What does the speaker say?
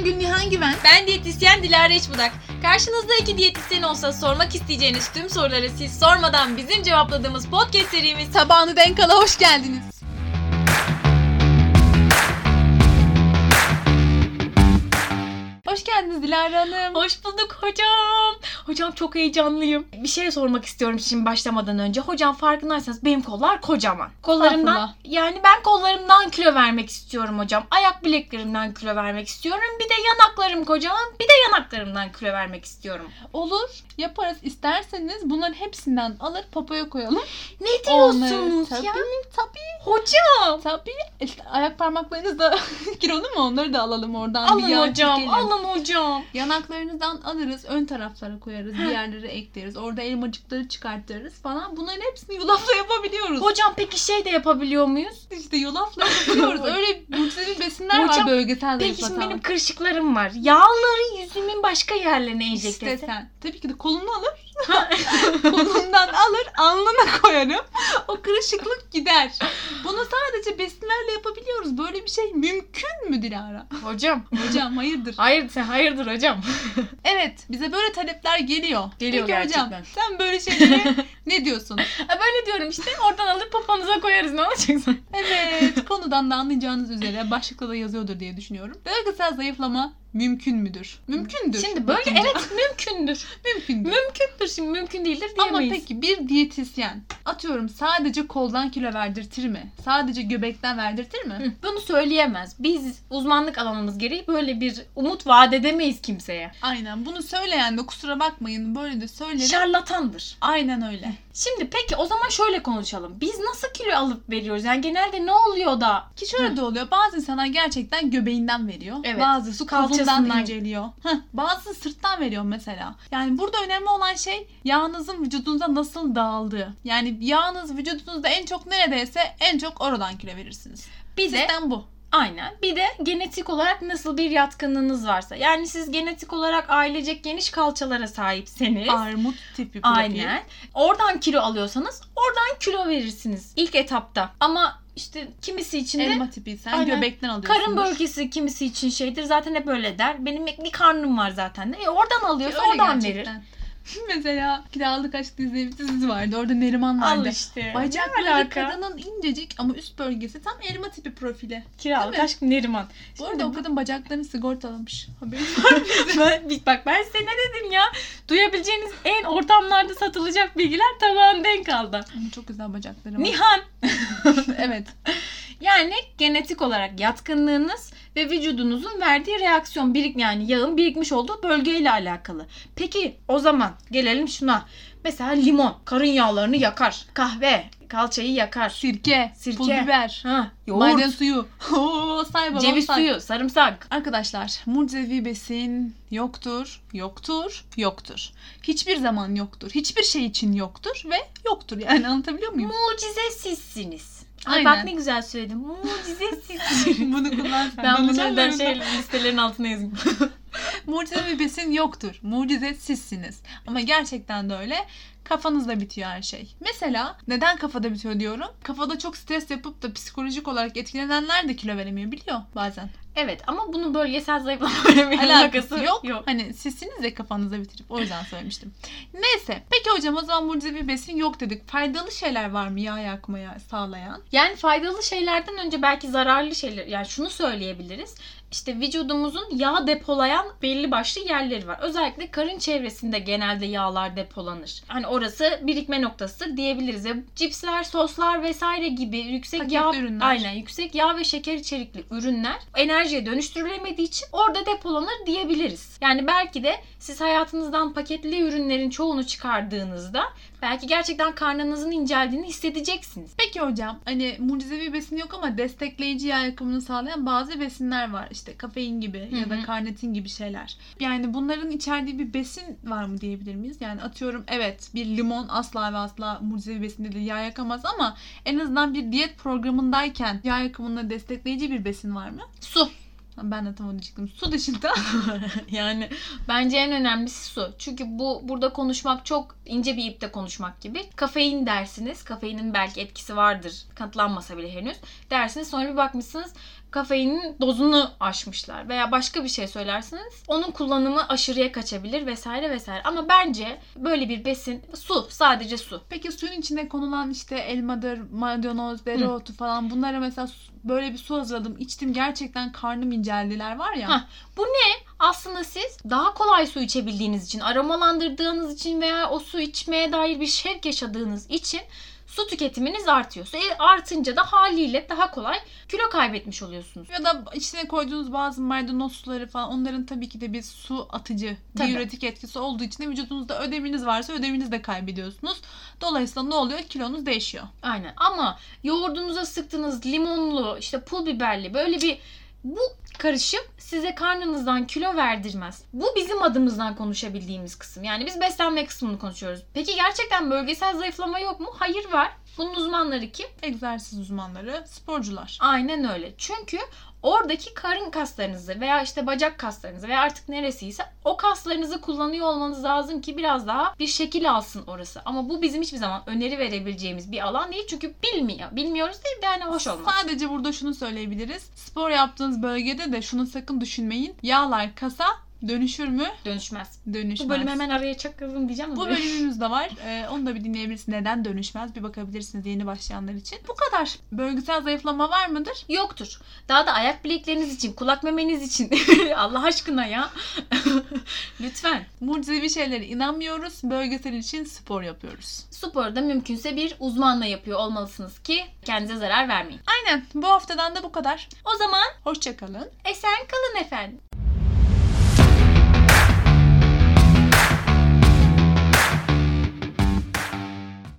Gül Nihan Güven. Ben diyetisyen Dilara İçbudak. Karşınızda iki diyetisyen olsa sormak isteyeceğiniz tüm soruları siz sormadan bizim cevapladığımız podcast serimiz Tabağını denk ala, hoş geldiniz. Hoş geldiniz Dilara Hanım. Hoş bulduk hocam. Hocam çok heyecanlıyım. Bir şey sormak istiyorum şimdi başlamadan önce. Hocam farkındaysanız benim kollar kocaman. Kollarımdan, yani ben kollarımdan kilo vermek istiyorum hocam. Ayak bileklerimden kilo vermek istiyorum. Bir de yanaklarım kocaman. Bir de yanaklarımdan kilo vermek istiyorum. Olur, yaparız. İsterseniz bunların hepsinden alır popoya koyalım. Ne diyorsunuz Tabii, ya? tabii. Hocam. Tabii. İşte ayak parmaklarınız da kilolu mu? Onları da alalım oradan. Alın hocam, alın hocam. Yanaklarınızdan alırız, ön taraflara koyarız, bir yerlere ekleriz. Orada elmacıkları çıkartırız falan. Bunların hepsini yulafla yapabiliyoruz. Hocam peki şey de yapabiliyor muyuz? İşte yulafla yapabiliyoruz. Öyle mucizevi besinler Hocam, var bölgesel peki zayıflatan. şimdi benim kırışıklarım var. Yağları yüzümün başka yerlerine enjekte İşte sen. Tabii ki de kolunu alır. Kolundan alır, alnına koyarım. O kırışıklık gider. Bunu sadece besinlerle yapabiliyoruz. Böyle bir şey mümkün mü Dilara? Hocam. Hocam hayırdır? Hayırdır hocam. Evet, bize böyle talepler geliyor. Geliyor Peki gerçekten. hocam, sen böyle şeylere ne diyorsun? Böyle diyorum işte. Oradan alıp poponuza koyarız. Ne olacaksın? Evet, konudan da anlayacağınız üzere başlıkta da yazıyordur diye düşünüyorum. Bölgesel zayıflama mümkün müdür? Mümkündür. Şimdi böyle Bakınca. evet mümkündür. Mümkündür. Mümkündür. Şimdi mümkün değildir Ama diyemeyiz. peki bir diyetisyen atıyorum sadece koldan kilo verdirtir mi? Sadece göbekten verdirtir mi? Bunu söyleyemez. Biz uzmanlık alanımız gereği böyle bir umut vaat edemeyiz kimseye. Aynen. Bunu söyleyen de kusura bakmayın böyle de söylerim. Şarlatandır. Aynen öyle. Şimdi peki o zaman şöyle konuşalım. Biz nasıl kilo alıp veriyoruz? Yani genelde ne oluyor da? Ki şöyle de oluyor. Bazı insanlar gerçekten göbeğinden veriyor. Evet. Bazısı kolundan Kalçasından inceliyor. Bazısı sırttan veriyor mesela. Yani burada önemli olan şey yağınızın vücudunuza nasıl dağıldığı. Yani yağınız vücudunuzda en çok neredeyse en çok oradan kilo verirsiniz. Bir de Sistem bu. aynen. Bir de genetik olarak nasıl bir yatkınlığınız varsa. Yani siz genetik olarak ailecek geniş kalçalara sahipseniz. Armut tipi profil. Aynen. Oradan kilo alıyorsanız oradan kilo verirsiniz ilk etapta. Ama işte kimisi için de Elma tipi sen aynen, göbekten alıyorsun. karın bölgesi kimisi için şeydir. Zaten hep öyle der. Benim bir karnım var zaten de. Oradan alıyorsa Öyle oradan gerçekten. verir. Mesela Kiralık Aşk diye bir dizisi vardı. Orada Neriman vardı. Al işte. Bacakları kadının incecik ama üst bölgesi tam elma tipi profili. Kiralık Değil mi? Aşk Neriman. Bu arada o kadın bacaklarını sigortalamış. Haberin var mı? Bak ben size ne dedim ya? Duyabileceğiniz en ortamlarda satılacak bilgiler tabağın denk aldı. Ama çok güzel bacakları var. Nihan. Evet. Yani genetik olarak yatkınlığınız ve vücudunuzun verdiği reaksiyon yani yağın birikmiş olduğu bölgeyle alakalı. Peki o zaman gelelim şuna. Mesela limon karın yağlarını yakar. Kahve kalçayı yakar. Sirke, pul biber, Yoğurt, maden suyu, say babam ceviz say. suyu, sarımsak. Arkadaşlar mucizevi besin yoktur, yoktur, yoktur. Hiçbir zaman yoktur. Hiçbir şey için yoktur ve yoktur yani anlatabiliyor muyum? Mucize sizsiniz. Ay Aynen. bak ne güzel söyledim. Mucize sizsiniz. Bunu kullan sen. Ben bunu Danışanlarında. listelerin altına yazayım. Mucizevi besin yoktur. Mucize sizsiniz. Ama gerçekten de öyle. Kafanızda bitiyor her şey. Mesela neden kafada bitiyor diyorum? Kafada çok stres yapıp da psikolojik olarak etkilenenler de kilo veremiyor biliyor bazen. Evet ama bunun bölgesel zayıflama Alakası yok. Hani sizsiniz de kafanızda bitirip o yüzden söylemiştim. Neyse. Peki hocam o zaman mucizevi besin yok dedik. Faydalı şeyler var mı yağ yakmaya sağlayan? Yani faydalı şeylerden önce belki zararlı şeyler. Yani şunu söyleyebiliriz. İşte vücudumuzun yağ depolayan belli başlı yerleri var. Özellikle karın çevresinde genelde yağlar depolanır. Hani orası birikme noktası diyebiliriz. Cipsler, soslar vesaire gibi yüksek Paketli yağ, ürünler. aynen yüksek yağ ve şeker içerikli ürünler enerjiye dönüştürülemediği için orada depolanır diyebiliriz. Yani belki de siz hayatınızdan paketli ürünlerin çoğunu çıkardığınızda belki gerçekten karnınızın inceldiğini hissedeceksiniz. Peki hocam hani mucizevi besin yok ama destekleyici yağ yakımını sağlayan bazı besinler var. İşte kafein gibi ya da karnitin gibi şeyler. Yani bunların içerdiği bir besin var mı diyebilir miyiz? Yani atıyorum evet bir limon asla ve asla mucizevi besin değil yağ yakamaz ama en azından bir diyet programındayken yağ yakımında destekleyici bir besin var mı? Su. Ben de tam onu diyecektim. Su dışında. Yani bence en önemlisi su. Çünkü burada konuşmak çok ince bir ipte konuşmak gibi. Kafein dersiniz. Kafeinin belki etkisi vardır. Kanıtlanmasa bile henüz. Dersiniz sonra bir bakmışsınız kafeinin dozunu aşmışlar veya başka bir şey söylersiniz. Onun kullanımı aşırıya kaçabilir vesaire vesaire. Ama bence böyle bir besin su, sadece su. Peki suyun içine konulan işte elmadır, maydanoz, dereotu falan bunlara mesela böyle bir su hazırladım, içtim, gerçekten karnım inceldiler var ya. Bu ne? Aslında siz daha kolay su içebildiğiniz için, aromalandırdığınız için veya o su içmeye dair bir şevk yaşadığınız için su tüketiminiz artıyor. Su artınca da haliyle daha kolay kilo kaybetmiş oluyorsunuz. Ya da içine koyduğunuz bazı maydanoz suları falan, onların tabii ki de bir su atıcı, diüretik etkisi olduğu için de vücudunuzda ödeminiz varsa ödeminizi de kaybediyorsunuz. Dolayısıyla ne oluyor? Kilonuz değişiyor. Aynen. Ama yoğurdunuza sıktığınız limonlu, işte pul biberli böyle bir bu karışım size karnınızdan kilo verdirmez. Bu bizim adımızdan konuşabildiğimiz kısım. Yani biz beslenme kısmını konuşuyoruz. Peki gerçekten bölgesel zayıflama yok mu? Hayır, var. Bunun uzmanları kim? Egzersiz uzmanları, sporcular. Aynen öyle. Çünkü oradaki karın kaslarınızı veya işte bacak kaslarınızı veya artık neresiyse o kaslarınızı kullanıyor olmanız lazım ki biraz daha bir şekil alsın orası. Ama bu bizim hiçbir zaman öneri verebileceğimiz bir alan değil. Çünkü bilmiyoruz değil de yani hoş olmaz. Sadece burada şunu söyleyebiliriz. Spor yaptığınız bölgede de şunu sakın düşünmeyin. Yağlar kasa dönüşür mü? Dönüşmez. Dönüşmez. Bu bölüm hemen araya çakıldım diyeceğim. Bu bölümümüz de var. Onu da bir dinleyebilirsiniz. Neden dönüşmez? Bir bakabilirsiniz yeni başlayanlar için. Bu kadar. Bölgesel zayıflama var mıdır? Yoktur. Daha da ayak bilekleriniz için, kulak memeniz için. Allah aşkına ya. Lütfen. Mucizevi şeylere inanmıyoruz. Bölgesel için spor yapıyoruz. Sporu da mümkünse bir uzmanla yapıyor olmalısınız ki kendinize zarar vermeyin. Aynen. Bu haftadan da bu kadar. O zaman Hoşça kalın. esen kalın efendim.